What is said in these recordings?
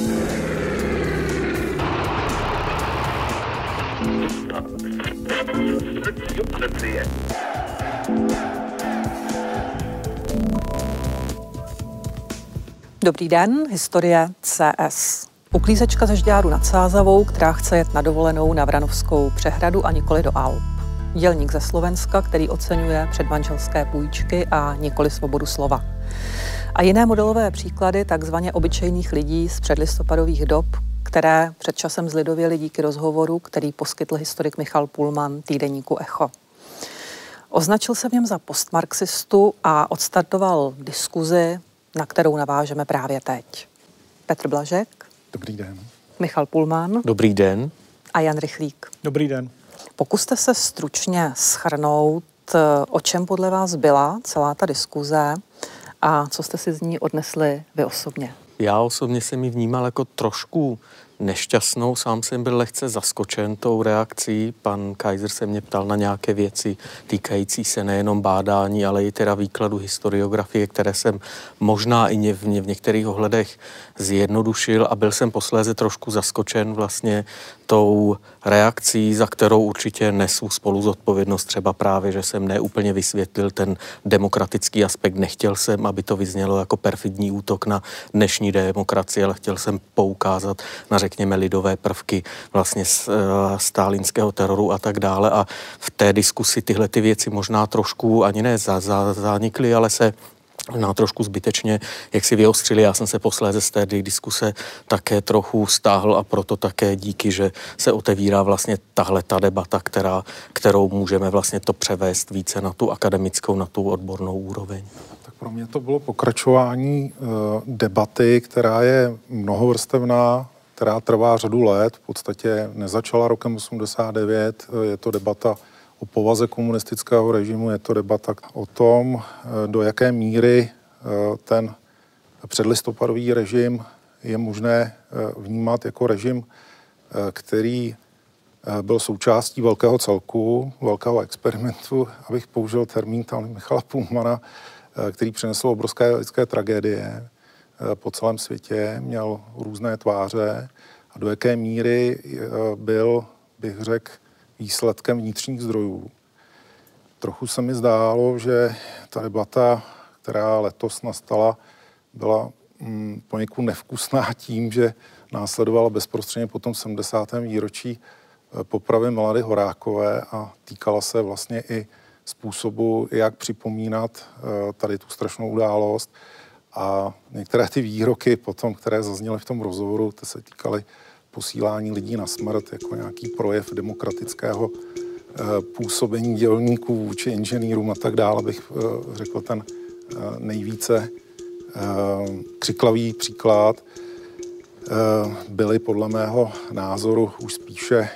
Dobrý den, historie CS. Uklízečka ze Žďáru nad Sázavou, která chce jet na dovolenou na Vranovskou přehradu a nikoli do Alp. Dělník ze Slovenska, který oceňuje předmanželské půjčky a nikoli svobodu slova. A jiné modelové příklady takzvaně obyčejných lidí z předlistopadových dob, které před časem zlidověly díky rozhovoru, který poskytl historik Michal Pullman týdeníku Echo. Označil se v něm za postmarxistu a odstartoval diskuzi, na kterou navážeme právě teď. Petr Blažek. Dobrý den. Michal Pullman. Dobrý den. A Jan Rychlík. Dobrý den. Pokuste se stručně shrnout, o čem podle vás byla celá ta diskuze a co jste si z ní odnesli vy osobně. Já osobně jsem ji vnímal jako trošku nešťastnou, sám jsem byl lehce zaskočen tou reakcí. Pan Kaiser se mě ptal na nějaké věci týkající se nejenom bádání, ale i teda výkladu historiografie, které jsem možná i v některých ohledech zjednodušil a byl jsem posléze trošku zaskočen vlastně tou reakcí, za kterou určitě nesu spolu zodpovědnost, třeba právě, že jsem neúplně vysvětlil ten demokratický aspekt. Nechtěl jsem, aby to vyznělo jako perfidní útok na dnešní demokracii, ale chtěl jsem poukázat na, řekněme, lidové prvky vlastně stálinského teroru a tak dále. A v té diskusi tyhle ty věci možná trošku ani ne zanikly, ale se na trošku zbytečně, jak si vyostřili. Já jsem se posléze z té diskuse také trochu stáhl a proto také díky, že se otevírá vlastně tahle ta debata, kterou můžeme vlastně to převést více na tu akademickou, na tu odbornou úroveň. Tak pro mě to bylo pokračování debaty, která je mnohovrstevná, která trvá řadu let, v podstatě nezačala rokem 89, je to debata o povaze komunistického režimu, je to debata o tom, do jaké míry ten předlistopadový režim je možné vnímat jako režim, který byl součástí velkého celku, velkého experimentu, abych použil termín tam Michala Pullmana, který přinesl obrovské lidské tragédie po celém světě, měl různé tváře a do jaké míry byl, bych řekl, výsledkem vnitřních zdrojů. Trochu se mi zdálo, že ta debata, která letos nastala, byla poněkud nevkusná tím, že následovala bezprostředně po tom 70. výročí popravy Milady Horákové a týkala se vlastně i způsobu, jak připomínat tady tu strašnou událost. A některé ty výroky potom, které zazněly v tom rozhovoru, ty se týkaly posílání lidí na smrt jako nějaký projev demokratického působení dělníků vůči inženýrům a tak dále, bych řekl ten nejvíce křiklavý příklad. Byly podle mého názoru už spíše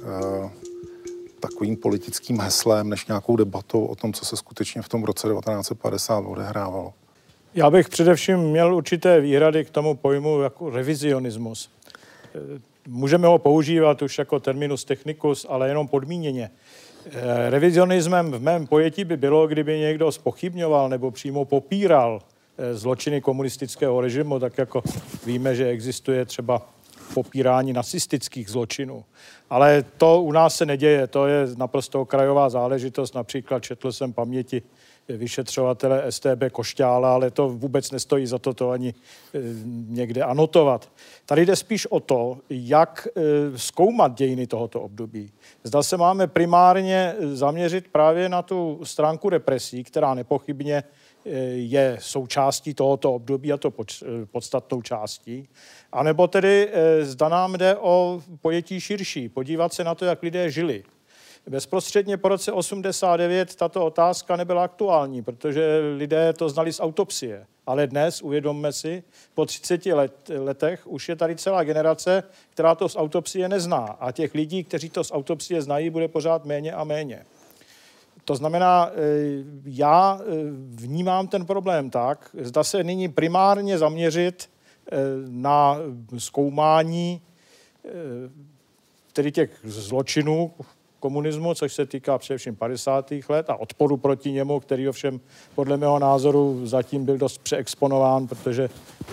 takovým politickým heslem, než nějakou debatou o tom, co se skutečně v tom roce 1950 odehrávalo. Já bych především měl určité výhrady k tomu pojmu jako revizionismus. Můžeme ho používat už jako terminus technicus, ale jenom podmíněně. Revizionismem v mém pojetí by bylo, kdyby někdo zpochybňoval nebo přímo popíral zločiny komunistického režimu, tak jako víme, že existuje třeba popírání nacistických zločinů. Ale to u nás se neděje, to je naprosto okrajová záležitost. Například četl jsem paměti vyšetřovatele StB Košťála, ale to vůbec nestojí za to ani někde anotovat. Tady jde spíš o to, jak zkoumat dějiny tohoto období. Zda se máme primárně zaměřit právě na tu stránku represí, která nepochybně je součástí tohoto období a to podstatnou částí. A nebo tedy zda nám jde o pojetí širší, podívat se na to, jak lidé žili. Bezprostředně po roce 89 tato otázka nebyla aktuální, protože lidé to znali z autopsie. Ale dnes, uvědomme si, po 30 letech už je tady celá generace, která to z autopsie nezná. A těch lidí, kteří to z autopsie znají, bude pořád méně a méně. To znamená, já vnímám ten problém tak, zda se nyní primárně zaměřit na zkoumání tedy těch zločinů komunismu, což se týká především 50. let a odporu proti němu, který ovšem podle mého názoru zatím byl dost přeexponován, protože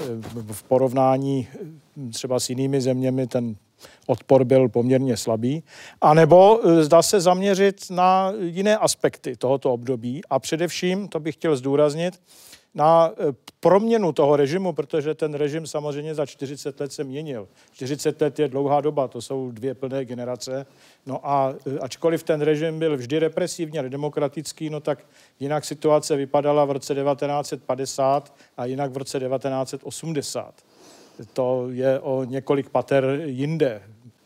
v porovnání třeba s jinými zeměmi ten odpor byl poměrně slabý. A nebo zdá se zaměřit na jiné aspekty tohoto období a především, to bych chtěl zdůraznit, na proměnu toho režimu, protože ten režim samozřejmě za 40 let se měnil. 40 let je dlouhá doba, to jsou 2 plné generace. No a ačkoliv ten režim byl vždy represivní a nedemokratický, no tak jinak situace vypadala v roce 1950 a jinak v roce 1980. To je o několik pater jinde.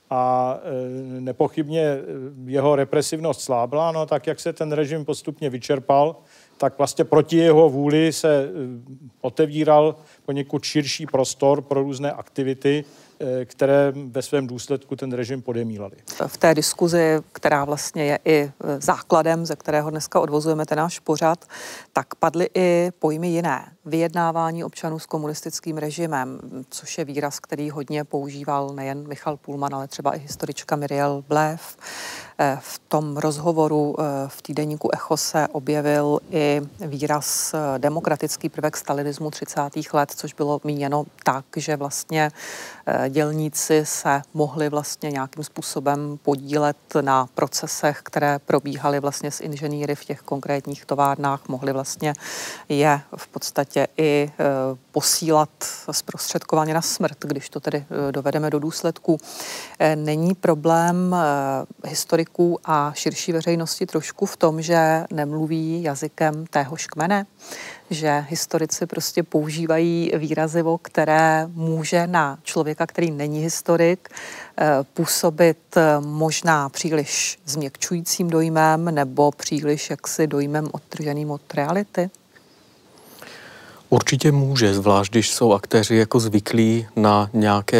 A nepochybně jeho represivnost slábla, no tak jak se ten režim postupně vyčerpal, tak vlastně proti jeho vůli se otevíral poněkud širší prostor pro různé aktivity, které ve svém důsledku ten režim podemílaly. V té diskuzi, která vlastně je i základem, ze kterého dneska odvozujeme ten náš pořad, tak padly i pojmy jiné. Vyjednávání občanů s komunistickým režimem, což je výraz, který hodně používal nejen Michal Pullman, ale třeba i historička Muriel Blev. V tom rozhovoru v týdeníku Echo se objevil i výraz demokratický prvek stalinismu 30. let, což bylo míněno tak, že vlastně dělníci se mohli vlastně nějakým způsobem podílet na procesech, které probíhaly vlastně s inženýry v těch konkrétních továrnách, mohli vlastně je v podstatě i posílat zprostředkovaně na smrt, když to tedy dovedeme do důsledku. Není problém historiků a širší veřejnosti trošku v tom, že nemluví jazykem téhož kmene, že historici prostě používají výrazivo, které může na člověka, který není historik, působit možná příliš změkčujícím dojmem nebo příliš jaksi dojmem odtrženým od reality? Určitě může, zvlášť když jsou aktéři jako zvyklí na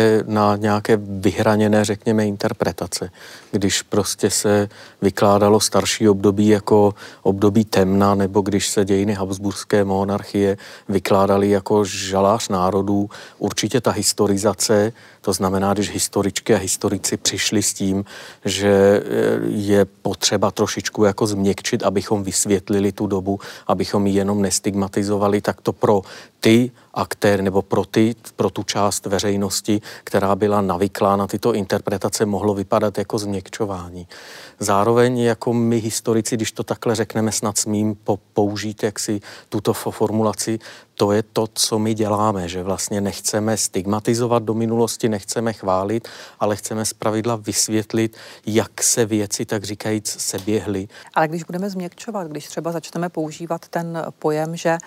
nějaké vyhraněné, řekněme, interpretace. Když prostě se vykládalo starší období jako období temna, nebo když se dějiny habsburské monarchie vykládaly jako žalář národů, určitě ta historizace, to znamená, když historičky a historici přišli s tím, že je potřeba trošičku jako změkčit, abychom vysvětlili tu dobu, abychom ji jenom nestigmatizovali, tak to pro ty aktéry nebo pro tu část veřejnosti, která byla navyklá na tyto interpretace, mohlo vypadat jako změkčování. Zároveň jako my historici, když to takhle řekneme, snad smím použít jaksi tuto formulaci, to je to, co my děláme, že vlastně nechceme stigmatizovat do minulosti, nechceme chválit, ale chceme zpravidla vysvětlit, jak se věci, tak říkajíc, seběhly. Ale když budeme změkčovat, když třeba začneme používat ten pojem, že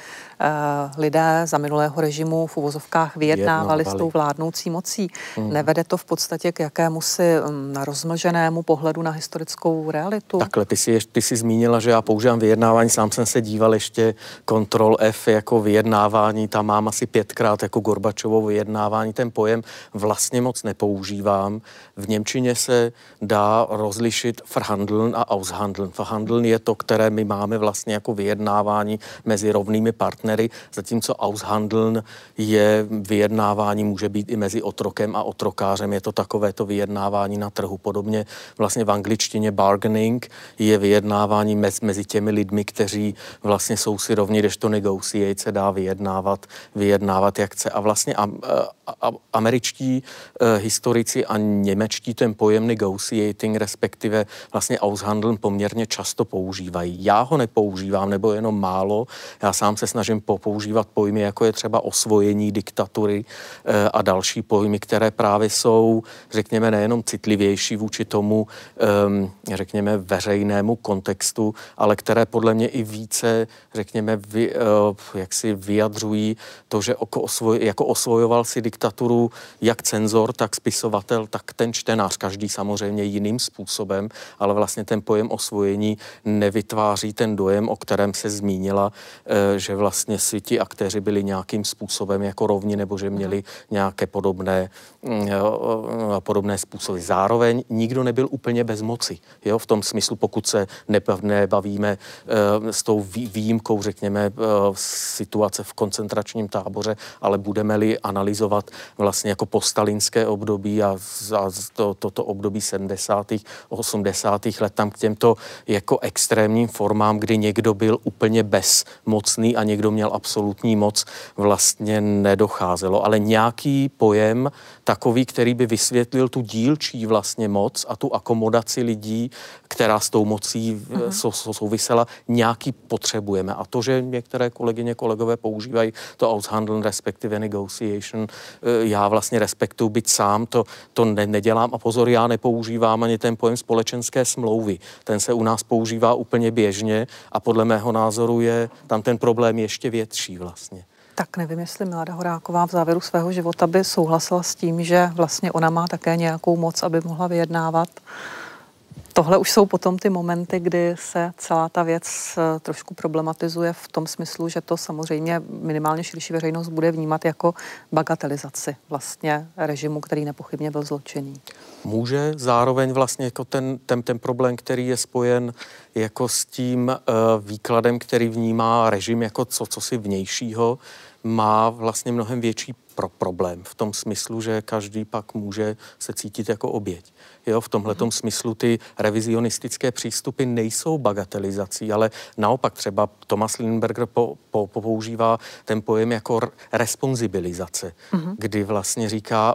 lidé za minulého režimu v uvozovkách vyjednávali s tou vládnoucí mocí, nevede to v podstatě k jakémusi rozmlženému pohledu na historickou realitu? Takhle, ty jsi zmínila, že já používám vyjednávání, sám jsem se díval ještě Ctrl+F jako vyjednávání, tam mám asi 5krát jako Gorbačovo vyjednávání, ten pojem vlastně moc nepoužívám. V němčině se dá rozlišit verhandeln a aushandeln. Verhandeln je to, které my máme vlastně jako vyjednávání mezi rovnými partnery, zatímco aushandeln je vyjednávání, může být i mezi otrokem a otrokářem, je to takovéto vyjednávání na trhu. Podobně vlastně v angličtině bargaining je vyjednávání mezi těmi lidmi, kteří vlastně jsou si rovni, kdežto negotiate se dá vyjednávat jak chce. A vlastně američtí historici a němečtí ten pojem negotiating, respektive vlastně aushandeln poměrně často používají. Já ho nepoužívám, nebo jenom málo. Já sám se snažím používat pojmy, jako je třeba osvojení diktatury a další pojmy, které právě jsou, řekněme, nejenom citlivější vůči tomu, řekněme, veřejnému kontextu, ale které podle mě i více, řekněme, jak si vyjadřují to, že jako osvojoval si diktaturu jak cenzor, tak spisovatel, tak ten čtenář, každý samozřejmě jiným způsobem, ale vlastně ten pojem osvojení nevytváří ten dojem, o kterém se zmínila, že vlastně si ti aktéři byli nějakým nějakým způsobem jako rovni nebo že měli nějaké podobné způsoby. Zároveň nikdo nebyl úplně bez moci. Jo? V tom smyslu, pokud se nebavíme s tou výjimkou, řekněme, situace v koncentračním táboře, ale budeme-li analyzovat vlastně jako postalinské období a toto období 70. 80. let, tam k těmto jako extrémním formám, kdy někdo byl úplně bezmocný a někdo měl absolutní moc, vlastně nedocházelo. Ale nějaký pojem takový, který by vysvětlil tu dílčí vlastně moc a tu akomodaci lidí, která s tou mocí souvisela, nějaký potřebujeme. A to, že některé kolegyně, kolegové používají to aushandeln, respektive negotiation, já vlastně respektuju, byť sám to nedělám. A pozor, já nepoužívám ani ten pojem společenské smlouvy. Ten se u nás používá úplně běžně a podle mého názoru je tam ten problém ještě větší vlastně. Tak nevím, jestli Milada Horáková v závěru svého života by souhlasila s tím, že vlastně ona má také nějakou moc, aby mohla vyjednávat. Tohle už jsou potom ty momenty, kdy se celá ta věc trošku problematizuje v tom smyslu, že to samozřejmě minimálně širší veřejnost bude vnímat jako bagatelizaci vlastně režimu, který nepochybně byl zločinný. Může zároveň vlastně jako ten problém, který je spojen jako s tím výkladem, který vnímá režim jako cosi vnějšího, má vlastně mnohem větší problém v tom smyslu, že každý pak může se cítit jako oběť. Jo, v tomhletom smyslu ty revizionistické přístupy nejsou bagatelizací, ale naopak třeba Thomas Lindberger používá ten pojem jako responsibilizace, kdy vlastně říká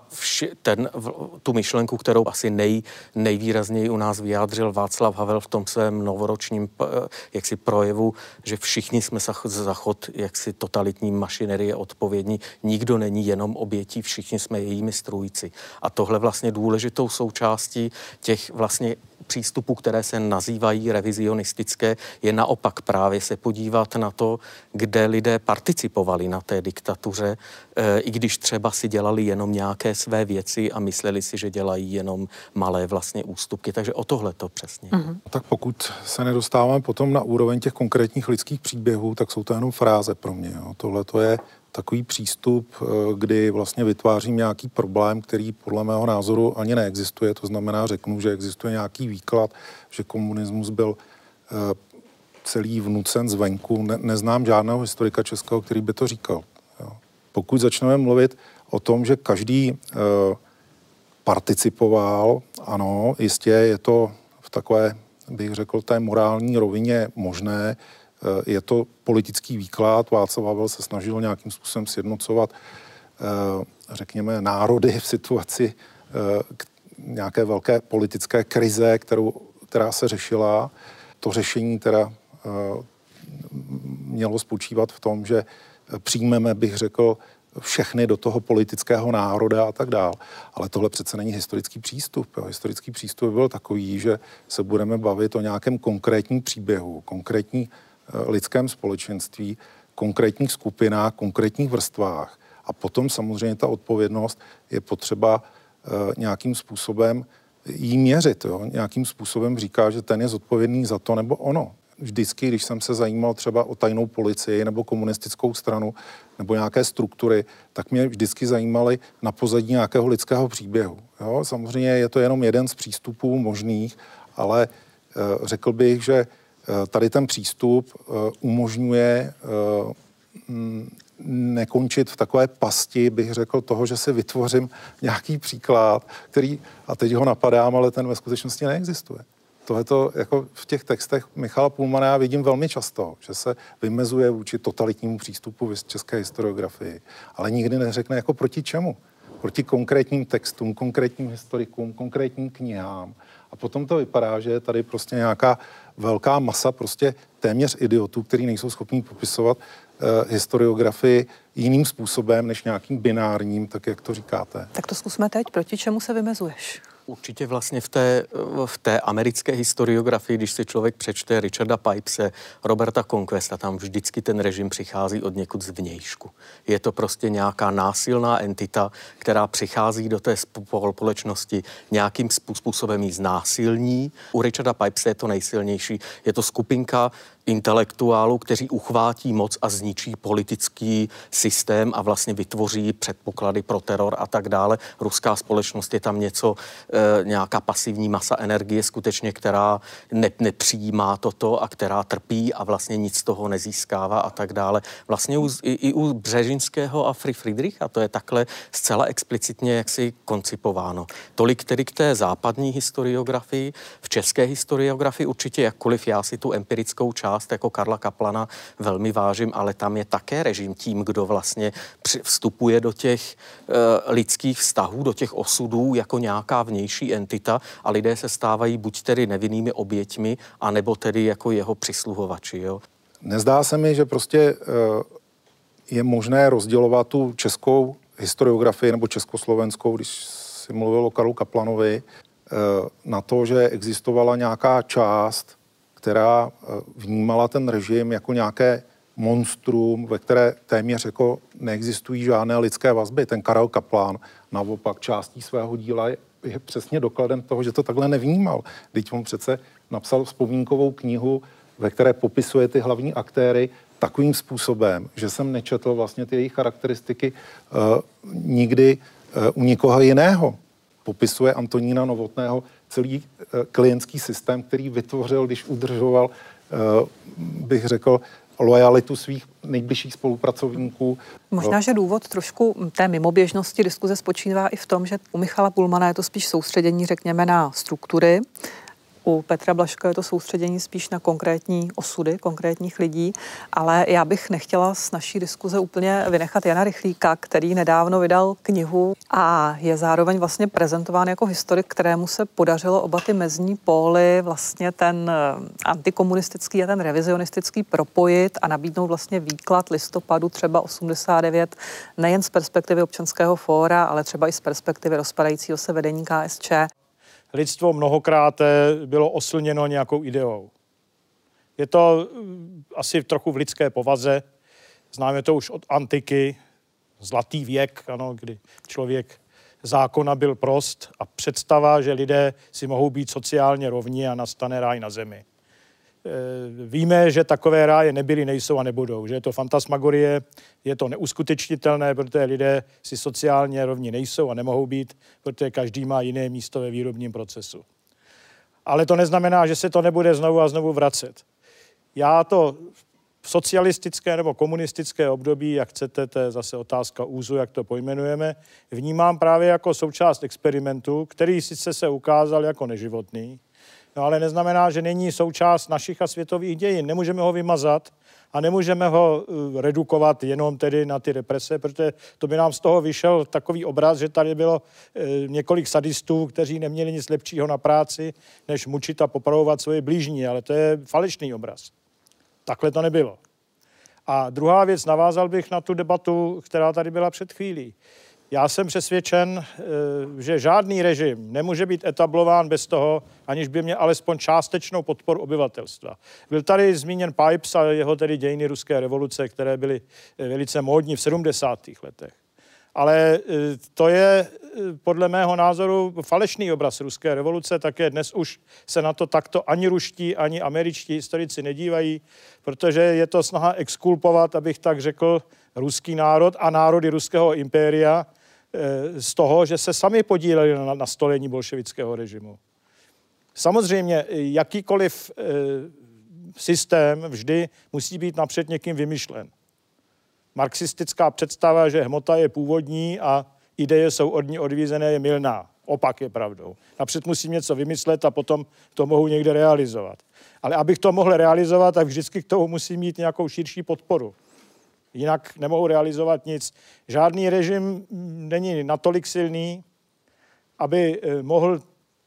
tu myšlenku, kterou asi nejvýrazněji u nás vyjádřil Václav Havel v tom svém novoročním jaksi projevu, že všichni jsme za chod jaksi totalitní mašinerie odpovědní, nikdo není jenom obětí, všichni jsme jejími strůjci. A tohle vlastně důležitou součástí těch vlastně přístupů, které se nazývají revizionistické, je naopak právě se podívat na to, kde lidé participovali na té diktatuře, i když třeba si dělali jenom nějaké své věci a mysleli si, že dělají jenom malé vlastně ústupky. Takže o tohle to přesně. Tak pokud se nedostáváme potom na úroveň těch konkrétních lidských příběhů, tak jsou to jenom fráze pro mě. Tohle to je takový přístup, kdy vlastně vytvářím nějaký problém, který podle mého názoru ani neexistuje. To znamená, řeknu, že existuje nějaký výklad, že komunismus byl celý vnucen zvenku. Neznám žádného historika českého, který by to říkal. Pokud začneme mluvit o tom, že každý participoval, ano, jistě je to v takové, bych řekl, té morální rovině možné. Je to politický výklad. Václav Havel se snažil nějakým způsobem sjednocovat, řekněme, národy v situaci nějaké velké politické krize, která se řešila. To řešení teda mělo spočívat v tom, že přijmeme, bych řekl, všechny do toho politického národa a tak dál. Ale tohle přece není historický přístup. Historický přístup byl takový, že se budeme bavit o nějakém konkrétním příběhu, konkrétní lidském společenství, konkrétních skupinách, konkrétních vrstvách. A potom samozřejmě ta odpovědnost je potřeba nějakým způsobem jí měřit. Jo? Nějakým způsobem říká, že ten je zodpovědný za to nebo ono. Vždycky, když jsem se zajímal třeba o tajnou policii nebo komunistickou stranu nebo nějaké struktury, tak mě vždycky zajímaly na pozadí nějakého lidského příběhu. Jo? Samozřejmě je to jenom jeden z přístupů možných, ale řekl bych, že tady ten přístup umožňuje nekončit v takové pasti, bych řekl, toho, že si vytvořím nějaký příklad, který, a teď ho napadám, ale ten ve skutečnosti neexistuje. Tohleto jako v těch textech Michala Pullmana já vidím velmi často, že se vymezuje vůči totalitnímu přístupu v české historiografii, ale nikdy neřekne jako proti čemu. Proti konkrétním textům, konkrétním historikům, konkrétním knihám. A potom to vypadá, že je tady prostě nějaká velká masa prostě téměř idiotů, kteří nejsou schopní popisovat historiografii jiným způsobem než nějakým binárním, tak jak to říkáte. Tak to zkusme teď. Proti čemu se vymezuješ? Určitě vlastně v té americké historiografii, když si člověk přečte Richarda Pipese, Roberta Conquesta, tam vždycky ten režim přichází od někud zvnějšku. Je to prostě nějaká násilná entita, která přichází do té společnosti, nějakým způsobem ji znásilní. U Richarda Pipese je to nejsilnější. Je to skupinka intelektuálů, kteří uchvátí moc a zničí politický systém a vlastně vytvoří předpoklady pro teror a tak dále. Ruská společnost je tam nějaká pasivní masa energie skutečně, která nepřijímá toto a která trpí a vlastně nic z toho nezískává a tak dále. Vlastně i u Břežinského a Friedricha to je takhle zcela explicitně jaksi koncipováno. Tolik tedy k té západní historiografii. V české historiografii určitě, jakkoliv já si tu empirickou část jako Karla Kaplana velmi vážím, ale tam je také režim tím, kdo vlastně vstupuje do těch lidských vztahů, do těch osudů jako nějaká vnější entita a lidé se stávají buď tedy nevinnými oběťmi, anebo tedy jako jeho přisluhovači. Jo? Nezdá se mi, že prostě je možné rozdělovat tu českou historiografii nebo československou, když si mluvil o Karlu Kaplanovi, na to, že existovala nějaká část, která vnímala ten režim jako nějaké monstrum, ve které téměř jako neexistují žádné lidské vazby. Ten Karel Kaplan naopak částí svého díla je přesně dokladem toho, že to takhle nevnímal. Vždyť on přece napsal vzpomínkovou knihu, ve které popisuje ty hlavní aktéry takovým způsobem, že jsem nečetl vlastně ty jejich charakteristiky nikdy u nikoho jiného. Popisuje Antonína Novotného celý klientský systém, který vytvořil, když udržoval, bych řekl, lojalitu svých nejbližších spolupracovníků. Možná, že důvod trošku té mimoběžnosti diskuze spočívá i v tom, že u Michala Pullmana je to spíš soustředění, řekněme, na struktury. U Petra Blažka je to soustředění spíš na konkrétní osudy, konkrétních lidí, ale já bych nechtěla z naší diskuze úplně vynechat Jana Rychlíka, který nedávno vydal knihu a je zároveň vlastně prezentován jako historik, kterému se podařilo oba ty mezní póly, vlastně ten antikomunistický a ten revizionistický propojit a nabídnout vlastně výklad listopadu třeba 89 nejen z perspektivy Občanského fóra, ale třeba i z perspektivy rozpadajícího se vedení KSČ. Lidstvo mnohokrát bylo oslněno nějakou ideou. Je to asi trochu v lidské povaze. Známe to už od antiky, zlatý věk, ano, kdy člověk zákona byl prost a představa, že lidé si mohou být sociálně rovní a nastane ráj na zemi. Víme, že takové ráje nebyly, nejsou a nebudou, že je to fantasmagorie, je to neuskutečnitelné, protože lidé si sociálně rovní nejsou a nemohou být, protože každý má jiné místo ve výrobním procesu. Ale to neznamená, že se to nebude znovu a znovu vracet. Já to socialistické nebo komunistické období, jak chcete, to je zase otázka úzu, jak to pojmenujeme, vnímám právě jako součást experimentu, který sice se ukázal jako neživotný, no ale neznamená, že není součást našich a světových dějin. Nemůžeme ho vymazat a nemůžeme ho redukovat jenom tedy na ty represe, protože to by nám z toho vyšel takový obraz, že tady bylo několik sadistů, kteří neměli nic lepšího na práci, než mučit a popravovat svoje blížní, ale to je falešný obraz. Takhle to nebylo. A druhá věc, navázal bych na tu debatu, která tady byla před chvílí. Já jsem přesvědčen, že žádný režim nemůže být etablován bez toho, aniž by měl alespoň částečnou podporu obyvatelstva. Byl tady zmíněn Pipes a jeho tedy dějiny ruské revoluce, které byly velice módní v 70. letech. Ale to je podle mého názoru falešný obraz ruské revoluce, také dnes už se na to takto ani ruští, ani američtí historici nedívají, protože je to snaha exkulpovat, abych tak řekl, ruský národ a národy ruského impéria z toho, že se sami podíleli na nastolení bolševického režimu. Samozřejmě jakýkoliv systém vždy musí být napřed někým vymyšlen. Marxistická představa, že hmota je původní a ideje jsou od ní odvízené, je mylná. Opak je pravdou. Napřed musím něco vymyslet a potom to mohu někde realizovat. Ale abych to mohl realizovat, tak vždycky k tomu musím mít nějakou širší podporu. Jinak nemohu realizovat nic. Žádný režim není natolik silný, aby mohl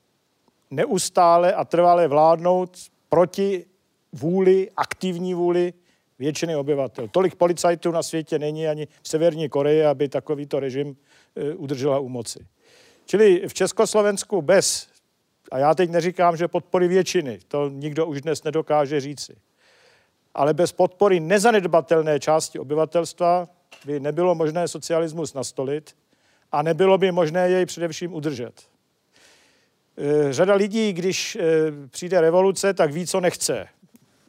neustále a trvale vládnout proti vůli, aktivní vůli většiny obyvatel. Tolik policajtů na světě není ani v Severní Koreji, aby takovýto režim udržela u moci. Čili v Československu bez, a já teď neříkám, že podpory většiny, to nikdo už dnes nedokáže říci, ale bez podpory nezanedbatelné části obyvatelstva by nebylo možné socialismus nastolit a nebylo by možné jej především udržet. Řada lidí, když přijde revoluce, tak ví, co nechce.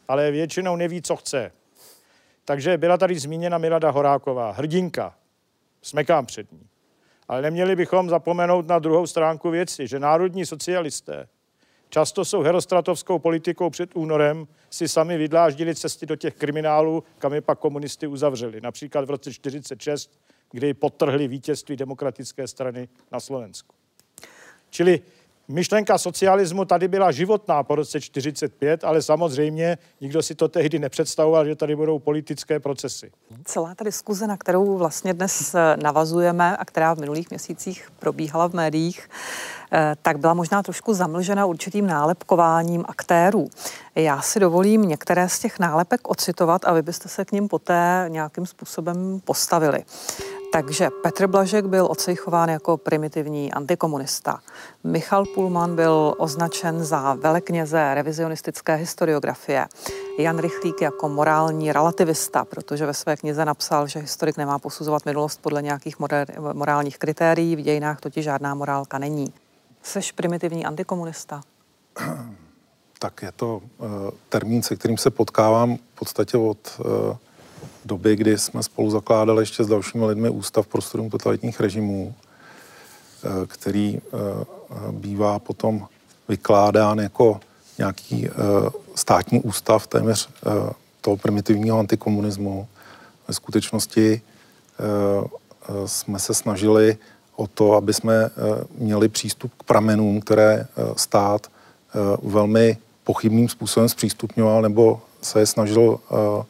ale většinou neví, co chce. Takže byla tady zmíněna Milada Horáková, hrdinka, smekám před ní. Ale neměli bychom zapomenout na druhou stránku věci, že národní socialisté často jsou herostratovskou politikou před únorem si sami vydláždili cesty do těch kriminálů, kam je pak komunisty uzavřeli. Například v roce 1946, kdy podtrhli vítězství demokratické strany na Slovensku. Čili myšlenka socialismu tady byla životná po roce 1945, ale samozřejmě nikdo si to tehdy nepředstavoval, že tady budou politické procesy. Celá ta diskuze, na kterou vlastně dnes navazujeme a která v minulých měsících probíhala v médiích, tak byla možná trošku zamlžena určitým nálepkováním aktérů. Já si dovolím některé z těch nálepek ocitovat a vy byste se k nim poté nějakým způsobem postavili. Takže Petr Blažek byl ocejchován jako primitivní antikomunista. Michal Pullman byl označen za velekněze revizionistické historiografie. Jan Rychlík jako morální relativista, protože ve své knize napsal, že historik nemá posuzovat minulost podle nějakých morálních kritérií, v dějinách totiž žádná morálka není. Seš primitivní antikomunista? Tak je to termín, se kterým se potkávám v podstatě od doby, kdy jsme spolu zakládali ještě s dalšími lidmi Ústav pro studium totalitních režimů, který bývá potom vykládán jako nějaký státní ústav téměř toho primitivního antikomunismu. Ve skutečnosti jsme se snažili o to, aby jsme měli přístup k pramenům, které stát velmi pochybným způsobem zpřístupňoval nebo se je snažil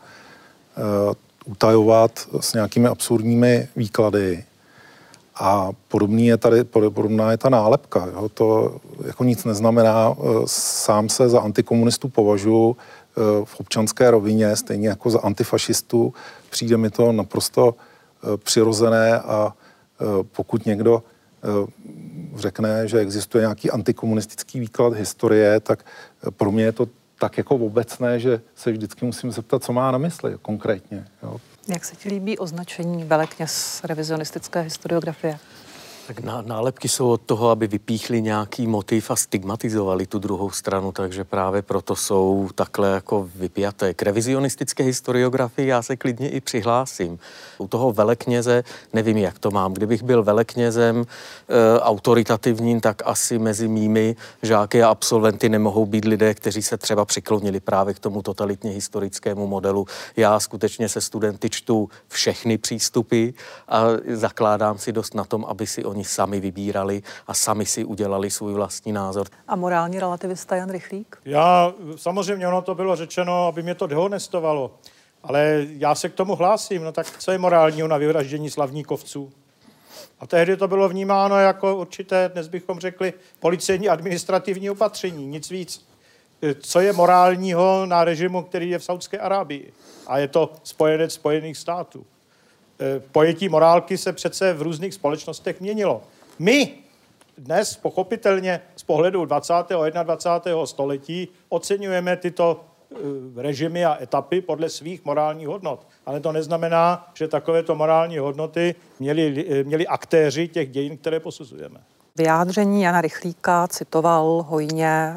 utajovat s nějakými absurdními výklady. A podobná je ta nálepka. Jo? To jako nic neznamená. Sám se za antikomunistu považuji v občanské rovině, stejně jako za antifašistu. Přijde mi to naprosto přirozené a pokud někdo řekne, že existuje nějaký antikomunistický výklad historie, tak pro mě je to tak jako obecné, že se vždycky musím zeptat, co má na mysli konkrétně. Jo. Jak se ti líbí označení velekněz revizionistické historiografie? Tak nálepky jsou od toho, aby vypíchli nějaký motiv a stigmatizovali tu druhou stranu, takže právě proto jsou takhle jako vypjaté. K revizionistické historiografii já se klidně i přihlásím. U toho velekněze nevím, jak to mám. Kdybych byl veleknězem autoritativním, tak asi mezi mými žáky a absolventy nemohou být lidé, kteří se třeba přiklonili právě k tomu totalitně historickému modelu. Já skutečně se studenty čtu všechny přístupy a zakládám si dost na tom, aby si oni sami vybírali a sami si udělali svůj vlastní názor. A morální relativista Jan Rychlík? Já, samozřejmě ono to bylo řečeno, aby mě to dehonestovalo, ale já se k tomu hlásím. No tak co je morálního na vyvraždění slavníkovců? A tehdy to bylo vnímáno jako určité, dnes bychom řekli, policejní administrativní opatření, nic víc. Co je morálního na režimu, který je v Saudské Arábii? A je to spojenec Spojených států. Pojetí morálky se přece v různých společnostech měnilo. My dnes pochopitelně z pohledu 20. a 21. století oceňujeme tyto režimy a etapy podle svých morálních hodnot. Ale to neznamená, že takovéto morální hodnoty měli aktéři těch dějin, které posuzujeme. Vyjádření Jana Rychlíka citoval hojně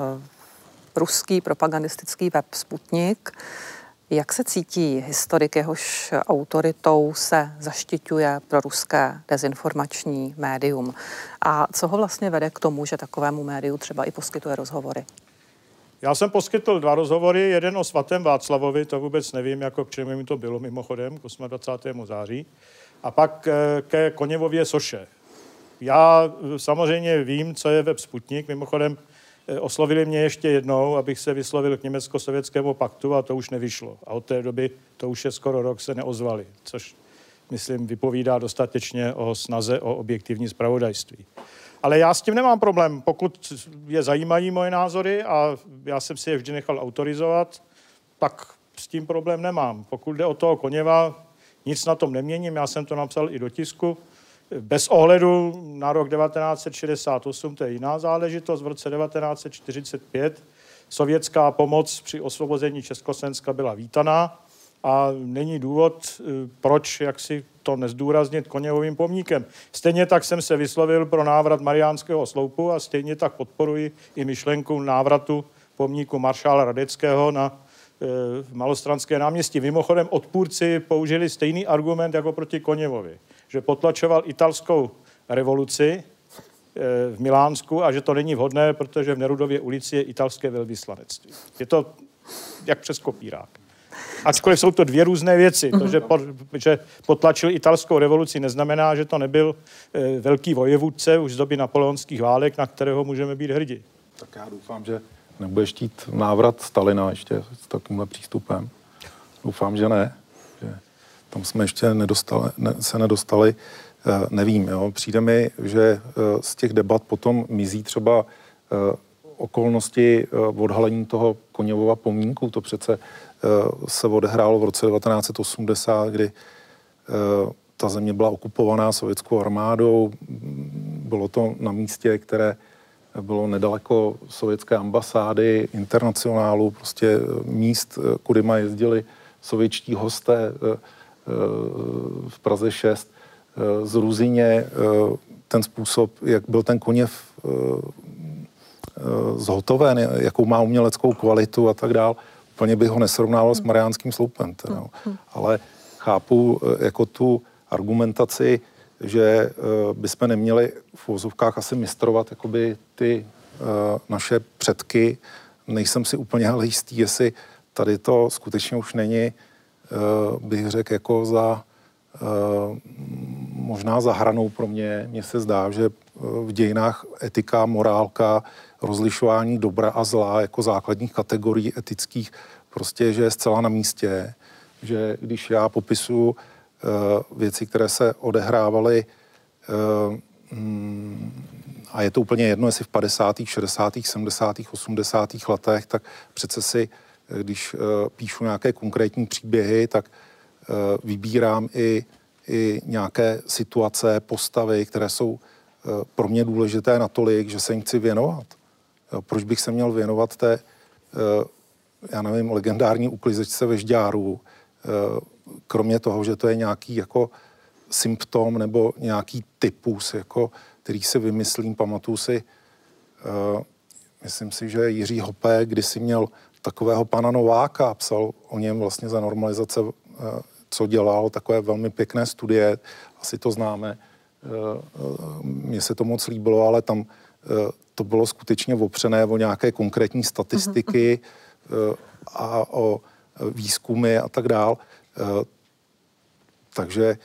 ruský propagandistický web Sputnik. Jak se cítí historik, jehož autoritou se zaštiťuje pro ruské dezinformační médium? A co ho vlastně vede k tomu, že takovému médiu třeba i poskytuje rozhovory? Já jsem poskytl 2 rozhovory, jeden o svatém Václavovi, to vůbec nevím, jako k čemu mi to bylo mimochodem, k 28. září, a pak ke Koněvově soše. Já samozřejmě vím, co je web Sputnik, mimochodem oslovili mě ještě jednou, abych se vyslovil k Německo-sovětskému paktu a to už nevyšlo. A od té doby, to už je skoro rok, se neozvali, což, myslím, vypovídá dostatečně o snaze o objektivní zpravodajství. Ale já s tím nemám problém. Pokud je zajímají moje názory a já jsem si je vždy nechal autorizovat, tak s tím problém nemám. Pokud jde o toho Koněva, nic na tom neměním, já jsem to napsal i do tisku. Bez ohledu na rok 1968, to je jiná záležitost, v roce 1945 sovětská pomoc při osvobození Československa byla vítaná a není důvod, proč jak si to nezdůraznit Koněvovým pomníkem. Stejně tak jsem se vyslovil pro návrat Mariánského sloupu a stejně tak podporuji i myšlenku návratu pomníku maršála Radeckého na v Malostranské náměstí. Mimochodem odpůrci použili stejný argument jako proti Koněvovi, že potlačoval italskou revoluci v Milánsku a že to není vhodné, protože v Nerudově ulici je italské velvyslanectví. Je to jak přes kopírák. Ačkoliv jsou to dvě různé věci. To, že potlačil italskou revoluci, neznamená, že to nebyl velký vojevůdce už z doby napoleonských válek, na kterého můžeme být hrdí. Tak já doufám, že nebudeš chtít návrat Stalina ještě s takovýmhle přístupem. Doufám, že ne. Že tam jsme ještě se nedostali. Nevím, jo. Přijde mi, že z těch debat potom mizí třeba okolnosti odhalení toho Koněvova pomínku. To přece se odehrálo v roce 1980, kdy ta země byla okupovaná sovětskou armádou. Bylo to na místě, které bylo nedaleko sovětské ambasády, internacionálu, prostě míst, kudyma jezdili sovětští hosté v Praze 6. Z Ruzyně ten způsob, jak byl ten Koněv zhotoven, jakou má uměleckou kvalitu a tak dál, úplně bych ho nesrovnával s Mariánským sloupem. Teda. Ale chápu jako tu argumentaci, že bychom neměli v uvozovkách asi mistrovat jakoby ty naše předky. Nejsem si úplně ale jistý, jestli tady to skutečně už není, bych řekl, jako za možná za hranou pro mě. Mně se zdá, že v dějinách etika, morálka, rozlišování dobra a zla jako základních kategorií etických prostě, že je zcela na místě. Že když já popisuju věci, které se odehrávaly a je to úplně jedno, jestli v 50., 60., 70., 80. letech, tak přece si, když píšu nějaké konkrétní příběhy, tak vybírám i nějaké situace, postavy, které jsou pro mě důležité natolik, že se jim chci věnovat. Proč bych se měl věnovat té, já nevím, legendární uklizečce ve Žďáru, kromě toho, že to je nějaký jako symptom nebo nějaký typus, jako, který si vymyslím, pamatuju si, myslím si, že Jiří Hopé kdysi měl takového pana Nováka, psal o něm vlastně za normalizace, co dělal, takové velmi pěkné studie, asi to známe. Mně se to moc líbilo, ale tam to bylo skutečně opřené o nějaké konkrétní statistiky a o výzkumy a tak dál. Takže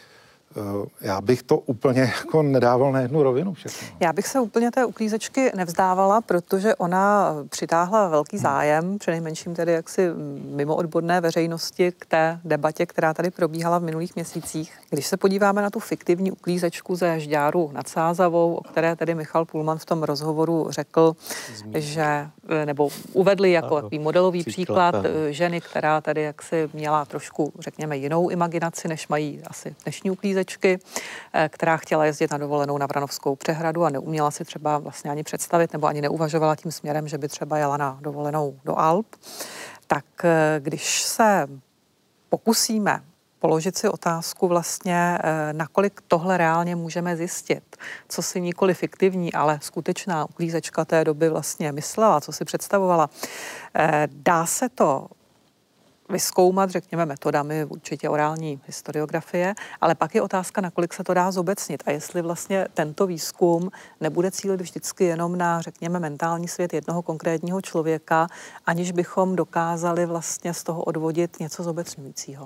já bych to úplně jako nedával na jednu rovinu všechno. Já bych se úplně té uklízečky nevzdávala, protože ona přitáhla velký zájem, přinejmenším tedy jaksi mimo odborné veřejnosti k té debatě, která tady probíhala v minulých měsících. Když se podíváme na tu fiktivní uklízečku ze Žďáru nad Sázavou, o které tedy Michal Pullman v tom rozhovoru řekl, že, nebo uvedli jako takový modelový příklad ženy, která tady jaksi měla trošku, řekněme, jinou imaginaci, než mají asi dnešní uklízečky, která chtěla jezdit na dovolenou na Vranovskou přehradu a neuměla si třeba vlastně ani představit nebo ani neuvažovala tím směrem, že by třeba jela na dovolenou do Alp. Tak když se pokusíme položit si otázku vlastně, nakolik tohle reálně můžeme zjistit, co si nikoli fiktivní, ale skutečná uklízečka té doby vlastně myslela, co si představovala, dá se to vyzkoumat, řekněme, metodami určitě orální historiografie, ale pak je otázka, nakolik se to dá zobecnit a jestli vlastně tento výzkum nebude cílit vždycky jenom na, řekněme, mentální svět jednoho konkrétního člověka, aniž bychom dokázali vlastně z toho odvodit něco zobecňujícího.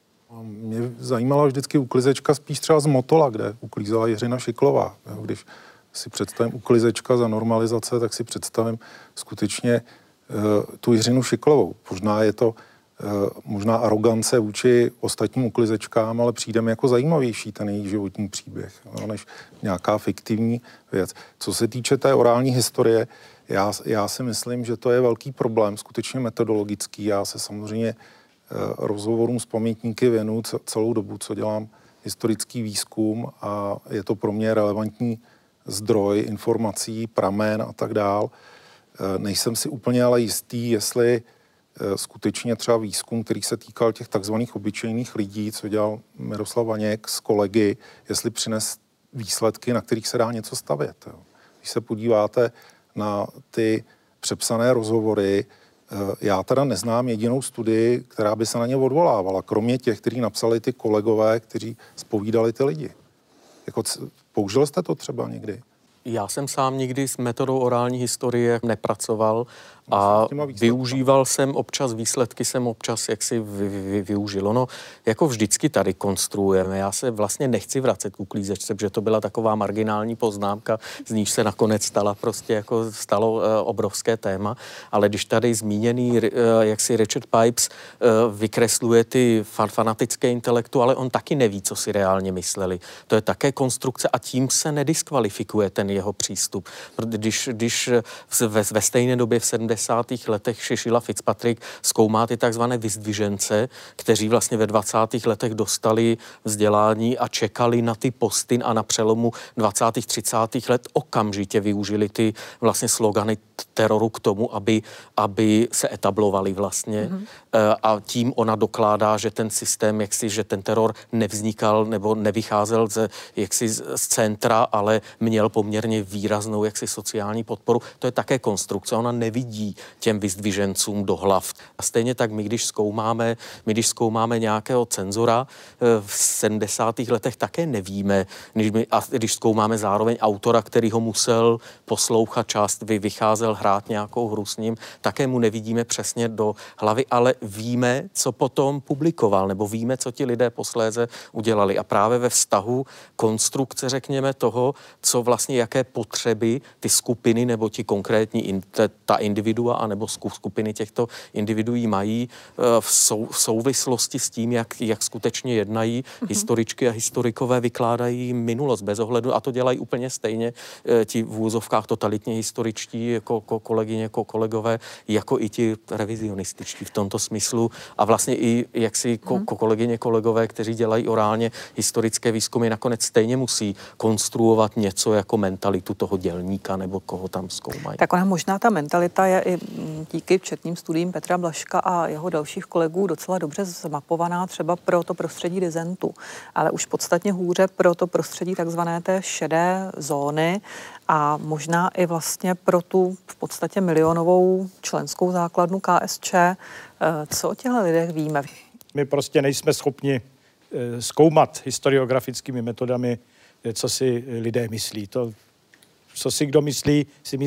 Mě zajímala vždycky uklizečka spíš třeba z Motola, kde uklízela Jiřina Šiklová. Když si představím uklizečka za normalizace, tak si představím skutečně tu Jiřinu Šiklovou. Možná je to možná arogance vůči ostatním uklizečkám, ale přijde mi jako zajímavější ten její životní příběh, než nějaká fiktivní věc. Co se týče té orální historie, já si myslím, že to je velký problém, skutečně metodologický. Já se samozřejmě rozhovorům s pamětníky věnuju celou dobu, co dělám historický výzkum a je to pro mě relevantní zdroj informací, pramen a tak dál. Nejsem si úplně ale jistý, jestli skutečně třeba výzkum, který se týkal těch takzvaných obyčejných lidí, co dělal Miroslav Vaněk s kolegy, jestli přines výsledky, na kterých se dá něco stavět. Jo. Když se podíváte na ty přepsané rozhovory Já teda neznám jedinou studii, která by se na ně odvolávala, kromě těch, kteří napsali ty kolegové, kteří zpovídali ty lidi. Jako, použil jste to třeba někdy? Já jsem sám nikdy s metodou orální historie nepracoval a využíval jsem občas, výsledky jsem občas jaksi využil. Ono, jako vždycky tady konstruujeme. Já se vlastně nechci vracet k uklízečce, protože to byla taková marginální poznámka, z níž se nakonec stalo obrovské téma. Ale když tady zmíněný jaksi Richard Pipes vykresluje ty fanatické intelektuály, on taky neví, co si reálně mysleli. To je také konstrukce a tím se nediskvalifikuje ten jeho přístup. Když ve stejné době v 70. letech Sheila Fitzpatrick zkoumá ty takzvané vyzdvižence, kteří vlastně ve 20. letech dostali vzdělání a čekali na ty posty a na přelomu 20. 30. let okamžitě využili ty vlastně slogany teroru k tomu, aby se etablovali vlastně. A tím ona dokládá, že ten systém, že ten teror nevznikal nebo nevycházel z centra, ale měl poměrně výraznou sociální podporu. To je také konstrukce. Ona nevidí těm vyzdvižencům do hlav. A stejně tak my, když zkoumáme nějakého cenzora v 70. letech, také nevíme. Když zkoumáme zároveň autora, který ho musel poslouchat část, vycházel hrát nějakou hru s ním, také mu nevidíme přesně do hlavy, ale víme, co potom publikoval, nebo víme, co ti lidé posléze udělali. A právě ve vztahu konstrukce, řekněme, toho, co vlastně, jaké potřeby ty skupiny nebo ti konkrétní ta individua anebo skupiny těchto individuí mají v souvislosti s tím, jak skutečně jednají. Historičky a historikové vykládají minulost bez ohledu a to dělají úplně stejně ti v úvozovkách totalitně historičtí jako kolegyně, jako kolegové, jako i ti revizionističtí v tomto smyslu a vlastně i kolegyně, kolegové, kteří dělají orálně historické výzkumy, nakonec stejně musí konstruovat něco jako mentalitu toho dělníka nebo koho tam zkoumají. Tak ona možná ta mentalita je i díky četným studiím Petra Blažka a jeho dalších kolegů docela dobře zmapovaná třeba pro to prostředí disentu, ale už podstatně hůře pro to prostředí takzvané té šedé zóny a možná i vlastně pro tu v podstatě milionovou členskou základnu KSČ. Co o těchto lidech víme? My prostě nejsme schopni zkoumat historiografickými metodami, co si lidé myslí. To, co si kdo myslí,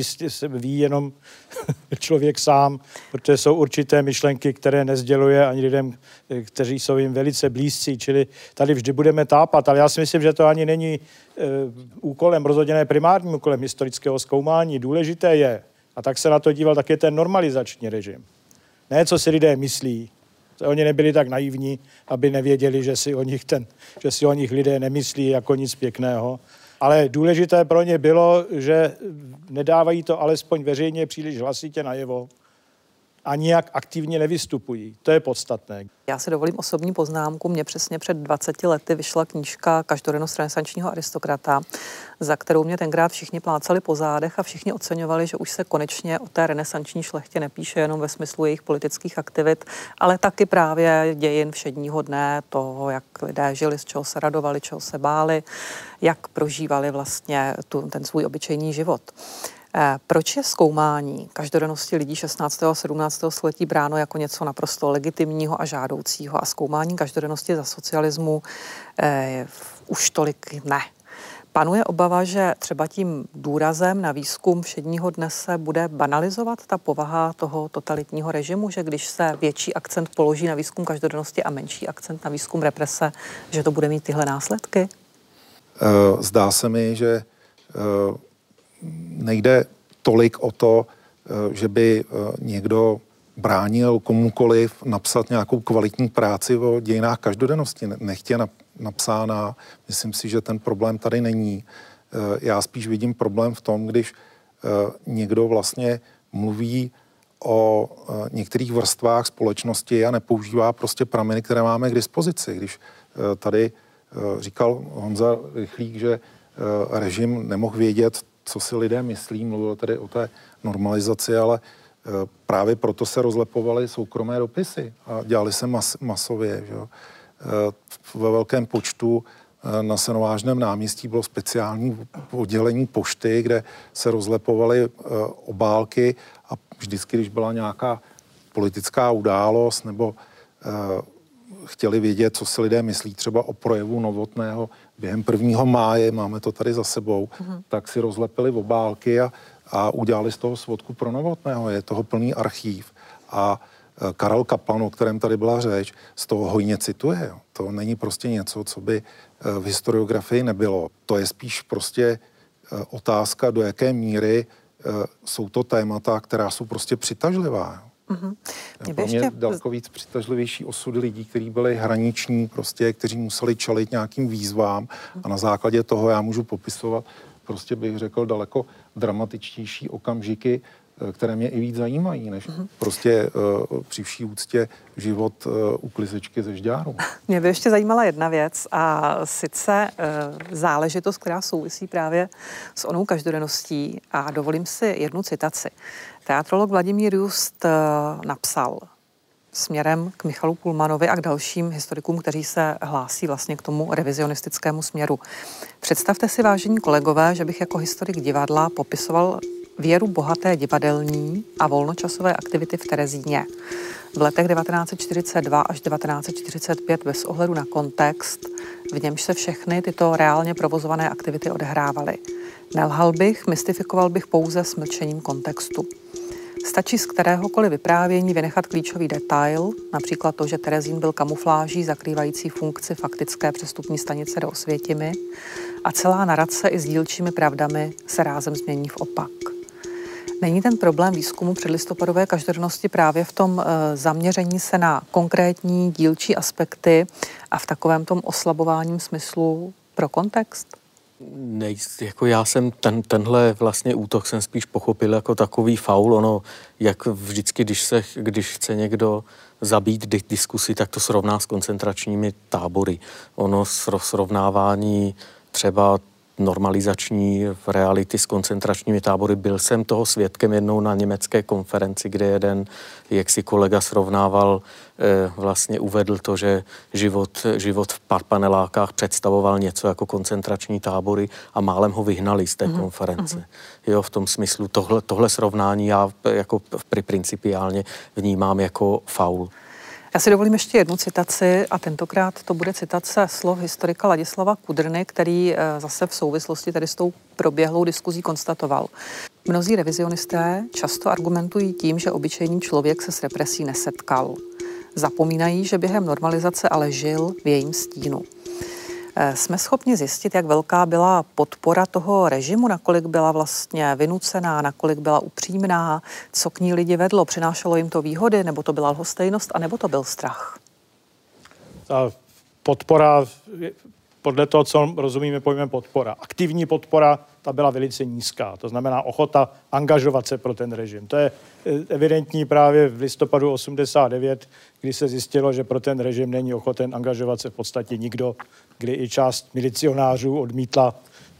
ví jenom člověk sám, protože jsou určité myšlenky, které nezděluje ani lidem, kteří jsou jim velice blízcí, čili tady vždy budeme tápat, ale já si myslím, že to ani není úkolem, rozhodně ne primárním úkolem historického zkoumání. Důležité je, a tak se na to díval také ten normalizační režim. Ne, co si lidé myslí. Oni nebyli tak naivní, aby nevěděli, že si o nich lidé nemyslí jako nic pěkného. Ale důležité pro ně bylo, že nedávají to alespoň veřejně příliš hlasitě najevo a nijak aktivně nevystupují. To je podstatné. Já si dovolím osobní poznámku. Mně přesně před 20 lety vyšla knížka Každodennost renesančního aristokrata, za kterou mě tenkrát všichni plácali po zádech a všichni oceňovali, že už se konečně o té renesanční šlechtě nepíše jenom ve smyslu jejich politických aktivit, ale taky právě dějin všedního dne, toho, jak lidé žili, z čeho se radovali, čeho se báli, jak prožívali vlastně ten svůj obyčejný život. Proč je zkoumání každodennosti lidí 16. a 17. století bráno jako něco naprosto legitimního a žádoucího a zkoumání každodennosti za socialismu už tolik ne? Panuje obava, že třeba tím důrazem na výzkum všedního dne se bude banalizovat ta povaha toho totalitního režimu, že když se větší akcent položí na výzkum každodennosti a menší akcent na výzkum represe, že to bude mít tyhle následky? Zdá se mi, že nejde tolik o to, že by někdo bránil komukoliv napsat nějakou kvalitní práci o dějinách každodennosti. Nechtě napsána. Myslím si, že ten problém tady není. Já spíš vidím problém v tom, když někdo vlastně mluví o některých vrstvách společnosti a nepoužívá prostě prameny, které máme k dispozici. Když tady říkal Honza Rychlík, že režim nemohl vědět, co si lidé myslí, mluvil tady o té normalizaci, ale právě proto se rozlepovaly soukromé dopisy a dělali se masově. Že? Ve velkém počtu na Senovážném náměstí bylo speciální oddělení pošty, kde se rozlepovaly obálky a vždycky, když byla nějaká politická událost, nebo chtěli vědět, co si lidé myslí třeba o projevu Novotného během 1. máje, máme to tady za sebou, tak si rozlepili obálky a udělali z toho svodku pro Novotného. Je toho plný archív. A Karel Kaplan, o kterém tady byla řeč, z toho hojně cituje. Jo. To není prostě něco, co by v historiografii nebylo. To je spíš prostě otázka, do jaké míry jsou to témata, která jsou prostě přitažlivá. Pro mě daleko víc přitažlivější osudy lidí, kteří byli hraniční, prostě, kteří museli čelit nějakým výzvám a na základě toho já můžu popisovat, prostě bych řekl, daleko dramatičtější okamžiky, které mě i víc zajímají, než prostě při vší úctě život uklizečky ze Žďáru. Mě by ještě zajímala jedna věc a sice záležitost, která souvisí právě s onou každodenností a dovolím si jednu citaci. Teatrolog Vladimír Just napsal směrem k Michalu Pullmanovi a k dalším historikům, kteří se hlásí vlastně k tomu revizionistickému směru. Představte si, vážení kolegové, že bych jako historik divadla popisoval věru bohaté divadelní a volnočasové aktivity v Terezíně v letech 1942 až 1945 bez ohledu na kontext, v němž se všechny tyto reálně provozované aktivity odehrávaly. Nelhal bych, mystifikoval bych pouze s mlčením kontextu. Stačí z kteréhokoliv vyprávění vynechat klíčový detail, například to, že Terezín byl kamufláží zakrývající funkci faktické přestupní stanice do Osvětimi a celá narace i s dílčími pravdami se rázem změní v opak. Není ten problém výzkumu předlistopadové každodennosti právě v tom zaměření se na konkrétní dílčí aspekty a v takovém tom oslabováním smyslu pro kontext? Jako já jsem tenhle vlastně útok jsem spíš pochopil jako takový faul. Ono, jak vždycky, když chce někdo zabít diskusi, tak to srovná s koncentračními tábory. Ono srovnávání třeba normalizační reality s koncentračními tábory. Byl jsem toho svědkem jednou na německé konferenci, kde jeden jaksi kolega srovnával, vlastně uvedl to, že život v panelákách představoval něco jako koncentrační tábory a málem ho vyhnali z té konference. Jo, v tom smyslu tohle srovnání já jako principiálně vnímám jako faul. Já si dovolím ještě jednu citaci a tentokrát to bude citace slov historika Ladislava Kudrny, který zase v souvislosti tady s tou proběhlou diskuzí konstatoval. Mnozí revizionisté často argumentují tím, že obyčejný člověk se s represí nesetkal. Zapomínají, že během normalizace ale žil v jejím stínu. Jsme schopni zjistit, jak velká byla podpora toho režimu, nakolik byla vlastně vynucená, nakolik byla upřímná, co k ní lidi vedlo, přinášelo jim to výhody, nebo to byla lhostejnost, anebo to byl strach? Ta podpora, podle toho, co rozumíme pojmem podpora. Aktivní podpora, ta byla velice nízká. To znamená ochota angažovat se pro ten režim. To je evidentní právě v listopadu 89, kdy se zjistilo, že pro ten režim není ochoten angažovat se v podstatě nikdo, kdy i část milicionářů odmítla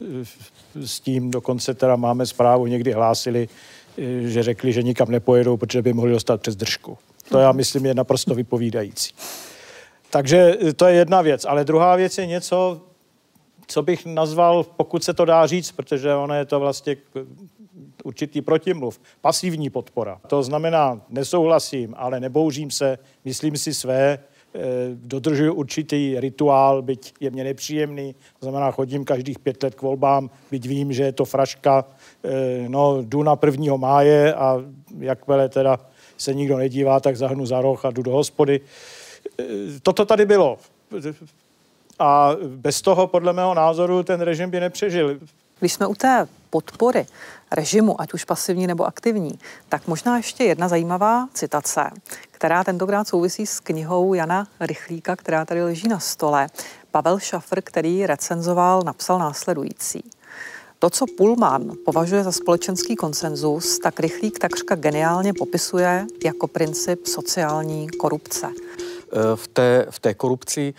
s tím, dokonce teda máme zprávu, někdy hlásili, že řekli, že nikam nepojedou, protože by mohli dostat přes držku. To já myslím je naprosto vypovídající. Takže to je jedna věc. Ale druhá věc je něco, co bych nazval, pokud se to dá říct, protože ono je to vlastně určitý protimluv, pasivní podpora. To znamená, nesouhlasím, ale nebouřím se, myslím si své, dodržuji určitý rituál, byť je mě nepříjemný, to znamená, chodím každých 5 let k volbám, byť vím, že je to fraška, jdu na 1. máje a jakmile teda se nikdo nedívá, tak zahnu za roh a jdu do hospody. Toto tady bylo. A bez toho, podle mého názoru, ten režim by nepřežil. Když jsme u té podpory režimu, ať už pasivní nebo aktivní, tak možná ještě jedna zajímavá citace, která tentokrát souvisí s knihou Jana Rychlíka, která tady leží na stole. Pavel Šafr, který recenzoval, napsal následující. To, co Pullman považuje za společenský konsenzus, tak Rychlík takřka geniálně popisuje jako princip sociální korupce. V té korupci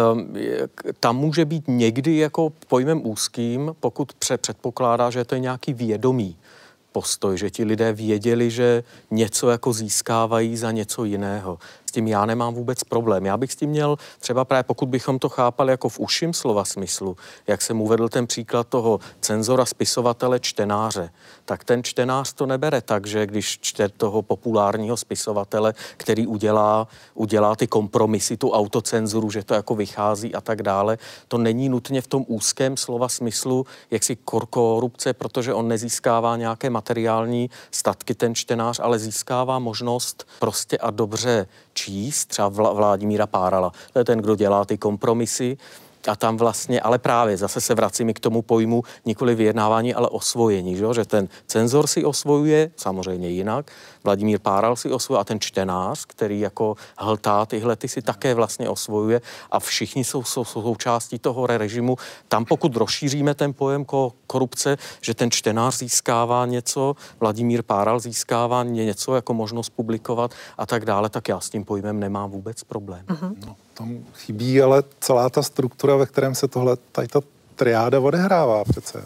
tam může být někdy jako pojmem úzkým, pokud předpokládá, že to je nějaký vědomý postoj, že ti lidé věděli, že něco jako získávají za něco jiného. S tím já nemám vůbec problém. Já bych s tím měl třeba právě, pokud bychom to chápali jako v užším slova smyslu, jak jsem uvedl ten příklad toho cenzora, spisovatele, čtenáře, tak ten čtenář to nebere tak, že když čte toho populárního spisovatele, který udělá ty kompromisy, tu autocenzuru, že to jako vychází a tak dále, to není nutně v tom úzkém slova smyslu jaksi korupce, protože on nezískává nějaké materiální statky, ten čtenář, ale získává možnost prostě a dobře číst, třeba Vladimíra Párala. To je ten, kdo dělá ty kompromisy a tam vlastně, ale právě zase se vracím k tomu pojmu nikoli vyjednávání, ale osvojení, že ten cenzor si osvojuje, samozřejmě jinak, Vladimír Páral si osvojuje a ten čtenář, který jako hltá tyhle, ty si také vlastně osvojuje a všichni jsou součástí toho režimu. Tam pokud rozšíříme ten pojem korupce, že ten čtenář získává něco, Vladimír Páral získává něco jako možnost publikovat a tak dále, tak já s tím pojmem nemám vůbec problém. No, tam chybí ale celá ta struktura, ve kterém se tady ta triáda odehrává přece.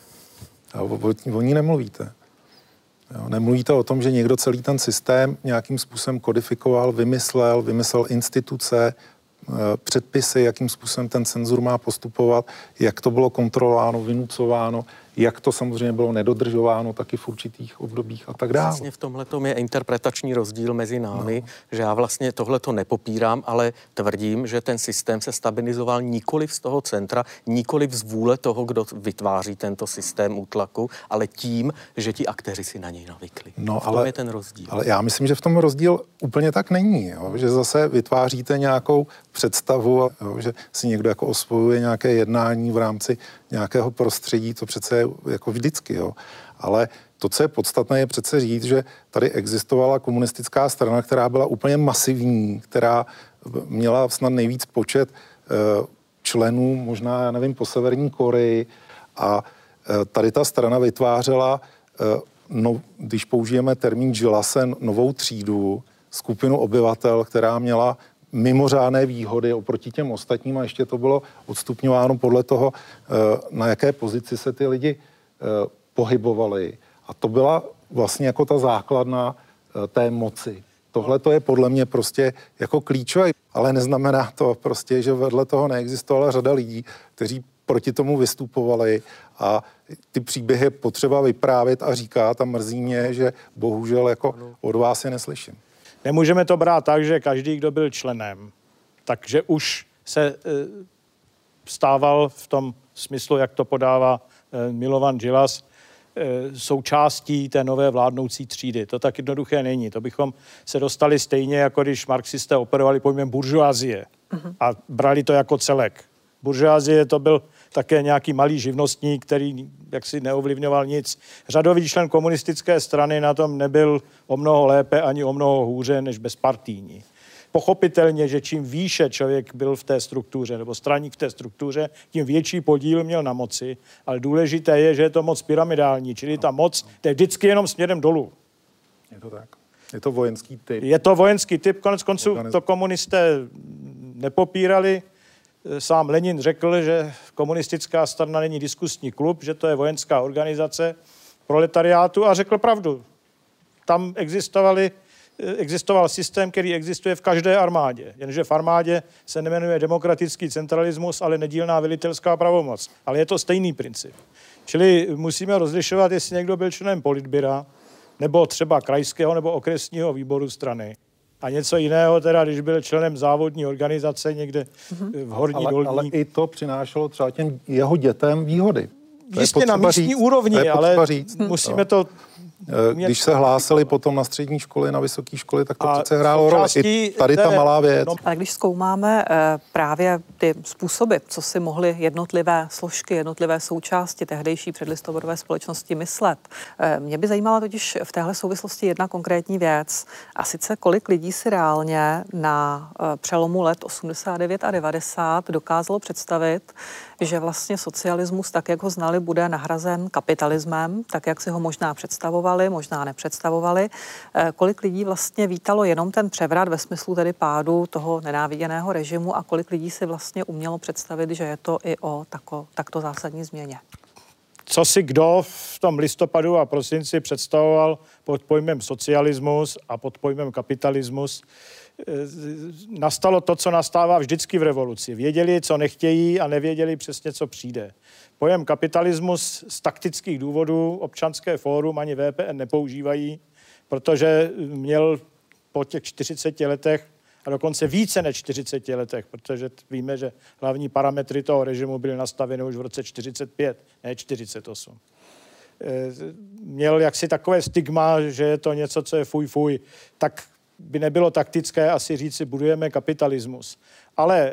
O ní nemluvíte. Jo, nemluvíte o tom, že někdo celý ten systém nějakým způsobem kodifikoval, vymyslel instituce, předpisy, jakým způsobem ten cenzur má postupovat, jak to bylo kontrolováno, vynucováno, jak to samozřejmě bylo nedodržováno taky v určitých obdobích a tak dále. Vlastně v tomhletom je interpretační rozdíl mezi námi, že já vlastně tohleto nepopírám, ale tvrdím, že ten systém se stabilizoval nikoliv z toho centra, nikoliv z vůle toho, kdo vytváří tento systém útlaku, ale tím, že ti aktéři si na něj navykli. V tom je ten rozdíl. Ale já myslím, že v tom rozdíl úplně tak není, jo? Že zase vytváříte nějakou představu, jo? Že si někdo jako osvojuje nějaké jednání v rámci nějakého prostředí, to přece je jako vždycky, jo. Ale to, co je podstatné, je přece říct, že tady existovala komunistická strana, která byla úplně masivní, která měla snad nejvíc počet členů, možná, já nevím, po Severní Koreji a tady ta strana vytvářela, když použijeme termín Gilase, novou třídu, skupinu obyvatel, která měla mimořádné výhody oproti těm ostatním a ještě to bylo odstupňováno podle toho, na jaké pozici se ty lidi pohybovali. A to byla vlastně jako ta základna té moci. Tohle to je podle mě prostě jako klíčové, ale neznamená to prostě, že vedle toho neexistovala řada lidí, kteří proti tomu vystupovali a ty příběhy je potřeba vyprávět a říkat a mrzí mě, že bohužel jako od vás je neslyším. Nemůžeme to brát tak, že každý, kdo byl členem, takže už se stával v tom smyslu, jak to podává Milovan Džilas, součástí té nové vládnoucí třídy. To tak jednoduché není. To bychom se dostali stejně, jako když marxisté operovali pojmem buržoazie a brali to jako celek. Buržoazie to byl také nějaký malý živnostník, který jaksi neovlivňoval nic. Řadový člen komunistické strany na tom nebyl o mnoho lépe ani o mnoho hůře než bezpartijní. Pochopitelně, že čím výše člověk byl v té struktuře, nebo straník v té struktuře, tím větší podíl měl na moci, ale důležité je, že je to moc pyramidální, čili ta moc jde vždycky jenom směrem dolů. Je to tak. Je to vojenský typ. Je to vojenský typ, konec konců to komunisté nepopírali. Sám Lenin řekl, že komunistická strana není diskusní klub, že to je vojenská organizace proletariátu a řekl pravdu. Tam existoval systém, který existuje v každé armádě, jenže v armádě se nejmenuje demokratický centralismus, ale nedílná velitelská pravomoc. Ale je to stejný princip. Čili musíme rozlišovat, jestli někdo byl členem politbyra, nebo třeba krajského nebo okresního výboru strany. A něco jiného, teda, když byl členem závodní organizace někde v Horní Dolní. Ale i to přinášelo třeba těm jeho dětem výhody. Jistě na místní úrovni, ale musíme to... Když se hlásili potom na střední školy, na vysoké školy, tak to přece hrálo roli. I tady ta malá věc. Ale když zkoumáme právě ty způsoby, co si mohly jednotlivé složky, jednotlivé součásti tehdejší předlistopadové společnosti myslet, mě by zajímala totiž v téhle souvislosti jedna konkrétní věc. A sice kolik lidí si reálně na přelomu let 89 a 90 dokázalo představit, že vlastně socialismus, tak jak ho znali, bude nahrazen kapitalismem, tak jak si ho možná představovali, možná nepředstavovali. Kolik lidí vlastně vítalo jenom ten převrat ve smyslu tedy pádu toho nenáviděného režimu a kolik lidí si vlastně umělo představit, že je to i o takto zásadní změně? co si kdo v tom listopadu a prosinci představoval pod pojmem socialismus a pod pojmem kapitalismus. Nastalo to, co nastává vždycky v revoluci. Věděli, co nechtějí a nevěděli přesně, co přijde. Pojem kapitalismus z taktických důvodů Občanské fórum ani VPN nepoužívají, protože měl po těch 40 letech a dokonce více než 40 letech, protože víme, že hlavní parametry toho režimu byly nastaveny už v roce 45, ne 48. Měl jaksi takové stigma, že je to něco, co je fuj, tak by nebylo taktické asi říct si, budujeme kapitalismus. Ale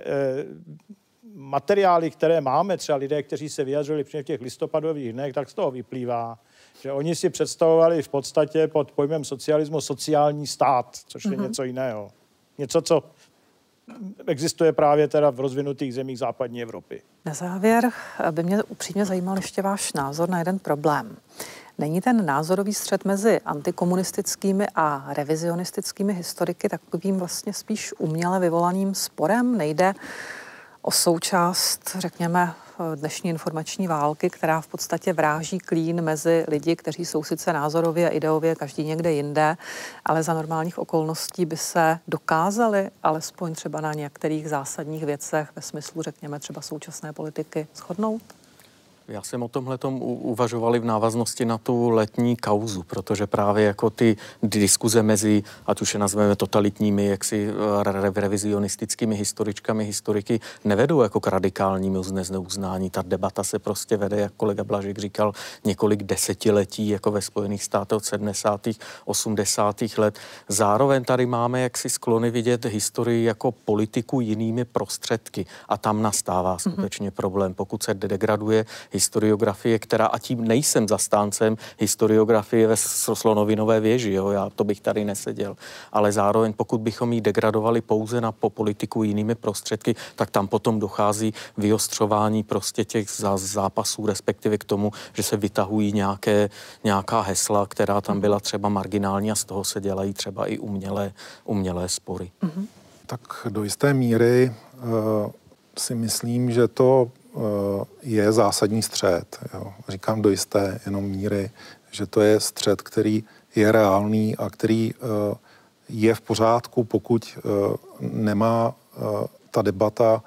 materiály, které máme, třeba lidé, kteří se vyjadřili v těch listopadových dnech, tak z toho vyplývá, že oni si představovali v podstatě pod pojmem socialismu sociální stát, což je něco jiného. Něco, co existuje právě teda v rozvinutých zemích západní Evropy. Na závěr by mě upřímně zajímal ještě váš názor na jeden problém. Není ten názorový střet mezi antikomunistickými a revizionistickými historiky takovým vlastně spíš uměle vyvolaným sporem? Nejde o součást, řekněme, dnešní informační války, která v podstatě vráží klín mezi lidi, kteří jsou sice názorově a ideově každý někde jinde, ale za normálních okolností by se dokázali alespoň třeba na některých zásadních věcech ve smyslu, řekněme, třeba současné politiky shodnout? Já jsem o tomhletom uvažovali v návaznosti na tu letní kauzu, protože právě jako ty diskuze mezi, ať už je nazveme totalitními, jaksi revizionistickými historiky, nevedou jako k radikálnímu zneuznání. Ta debata se prostě vede, jak kolega Blažek říkal, několik desetiletí, jako ve Spojených státech od 70. 80. let. Zároveň tady máme jaksi sklony vidět historii jako politiku jinými prostředky a tam nastává skutečně problém, pokud se degraduje historiografie, která, a tím nejsem zastáncem historiografie ve slonovinové věži, jo, já to bych tady neseděl, ale zároveň pokud bychom ji degradovali pouze na politiku jinými prostředky, tak tam potom dochází vyostřování prostě těch zápasů, respektive k tomu, že se vytahují nějaká hesla, která tam byla třeba marginální a z toho se dělají třeba i umělé spory. Tak do jisté míry si myslím, že to je zásadní střet. Jo. Říkám do jisté jenom míry, že to je střet, který je reálný a který je v pořádku, pokud nemá ta debata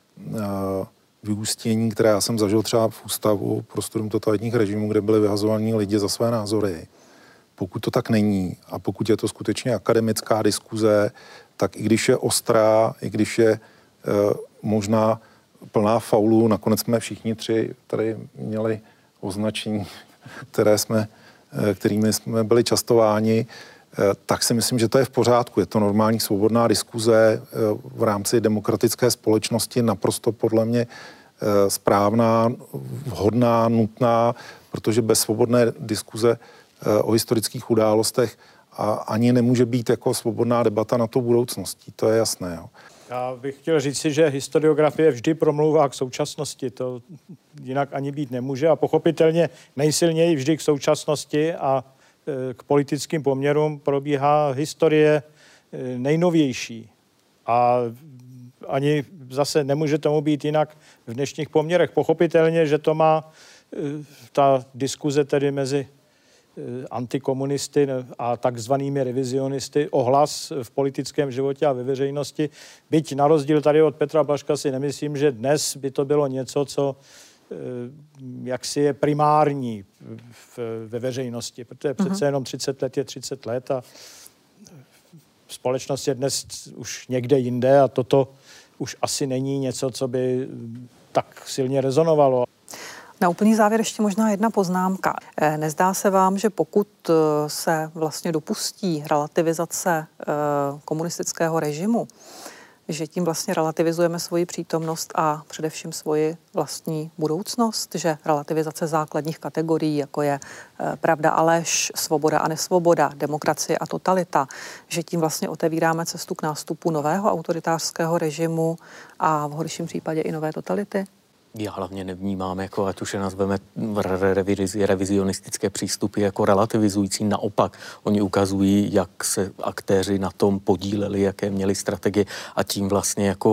vyústění, které já jsem zažil třeba v Ústavu pro studium totalitních režimů, kde byli vyhazovaní lidi za své názory. Pokud to tak není a pokud je to skutečně akademická diskuze, tak i když je ostrá, i když je možná plná faulů, nakonec jsme všichni tři tady měli označení, kterými jsme byli častováni, tak si myslím, že to je v pořádku. Je to normální svobodná diskuze v rámci demokratické společnosti, naprosto podle mě správná, vhodná, nutná, protože bez svobodné diskuze o historických událostech ani nemůže být jako svobodná debata na to budoucností. To je jasné. Jo. Já bych chtěl říci, že historiografie vždy promlouvá k současnosti. To jinak ani být nemůže a pochopitelně nejsilněji vždy k současnosti a k politickým poměrům probíhá historie nejnovější. A ani zase nemůže tomu být jinak v dnešních poměrech. Pochopitelně, že to má ta diskuze tedy mezi antikomunisty a takzvanými revizionisty ohlas v politickém životě a ve veřejnosti. Byť na rozdíl tady od Petra Blažka si nemyslím, že dnes by to bylo něco, co jaksi je primární ve veřejnosti, protože přece jenom 30 let je 30 let a společnost je dnes už někde jinde a toto už asi není něco, co by tak silně rezonovalo. Na úplný závěr ještě možná jedna poznámka. Nezdá se vám, že pokud se vlastně dopustí relativizace komunistického režimu, že tím vlastně relativizujeme svoji přítomnost a především svoji vlastní budoucnost, že relativizace základních kategorií, jako je pravda a lež, svoboda a nesvoboda, demokracie a totalita, že tím vlastně otevíráme cestu k nástupu nového autoritářského režimu a v horším případě i nové totality? Já hlavně nevnímám, jako ať už je nazveme revizionistické přístupy jako relativizující. Naopak, oni ukazují, jak se aktéři na tom podíleli, jaké měli strategie a tím vlastně jako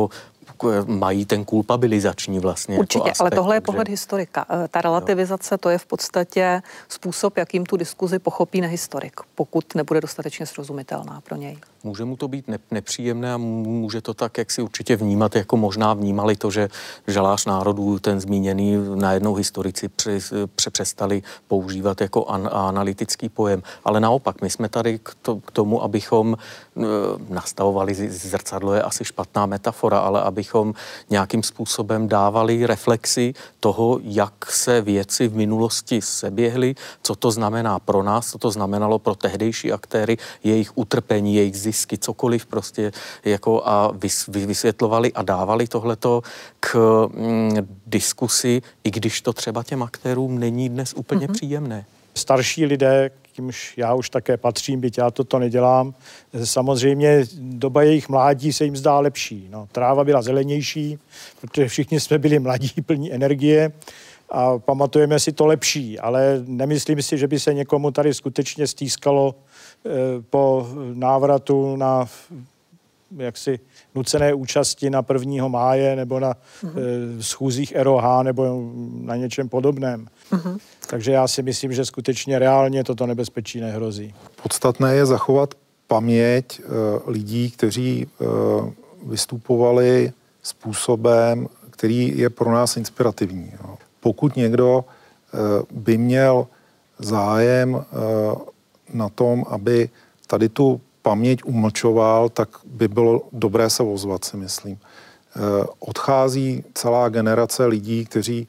mají ten kulpabilizační vlastně. Určitě, jako aspekt, ale tohle je takže... pohled historika. Ta relativizace, to je v podstatě způsob, jakým tu diskuzi pochopí nehistorik, pokud nebude dostatečně srozumitelná pro něj. Může mu to být nepříjemné a může to tak, jak si určitě vnímat, jako možná vnímali to, že žalář národů, ten zmíněný, najednou historici přestali používat jako analytický pojem. Ale naopak, my jsme tady k tomu, abychom nastavovali zrcadlo, je asi špatná metafora, ale abychom nějakým způsobem dávali reflexi toho, jak se věci v minulosti seběhly, co to znamená pro nás, co to znamenalo pro tehdejší aktéry, jejich utrpení, jejich zisky, cokoliv prostě, jako a vysvětlovali a dávali tohleto k diskusi, i když to třeba těm aktérům není dnes úplně příjemné. Starší lidé, kýmž já už také patřím, byť já toto nedělám, samozřejmě doba jejich mládí se jim zdá lepší. No, tráva byla zelenější, protože všichni jsme byli mladí, plní energie a pamatujeme si to lepší, ale nemyslím si, že by se někomu tady skutečně stýskalo po návratu na jaksi nucené účasti na 1. máje nebo na schůzích ROH nebo na něčem podobném. Takže já si myslím, že skutečně reálně toto nebezpečí nehrozí. Podstatné je zachovat paměť lidí, kteří vystupovali způsobem, který je pro nás inspirativní. Pokud někdo by měl zájem na tom, aby tady tu paměť umlčoval, tak by bylo dobré se ozvat, si myslím. Odchází celá generace lidí, kteří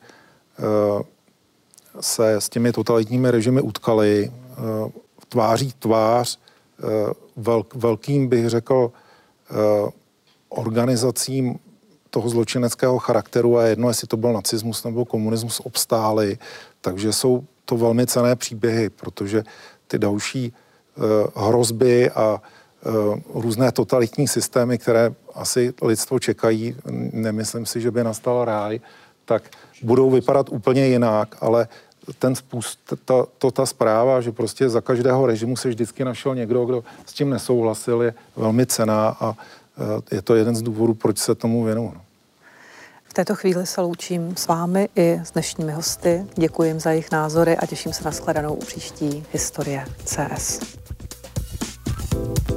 se s těmi totalitními režimy utkali tváří tvář velkým, bych řekl, organizacím toho zločineckého charakteru, a jedno, jestli to byl nacismus nebo komunismus, obstáli. Takže jsou to velmi cenné příběhy, protože ty další hrozby a různé totalitní systémy, které asi lidstvo čekají, nemyslím si, že by nastal ráj, tak budou vypadat úplně jinak, ale ten ta zpráva, že prostě za každého režimu se vždycky našel někdo, kdo s tím nesouhlasil, je velmi cenná a je to jeden z důvodů, proč se tomu věnuju. V této chvíli se loučím s vámi i s dnešními hosty. Děkuji jim za jejich názory a těším se na shledanou u příští Historie CS.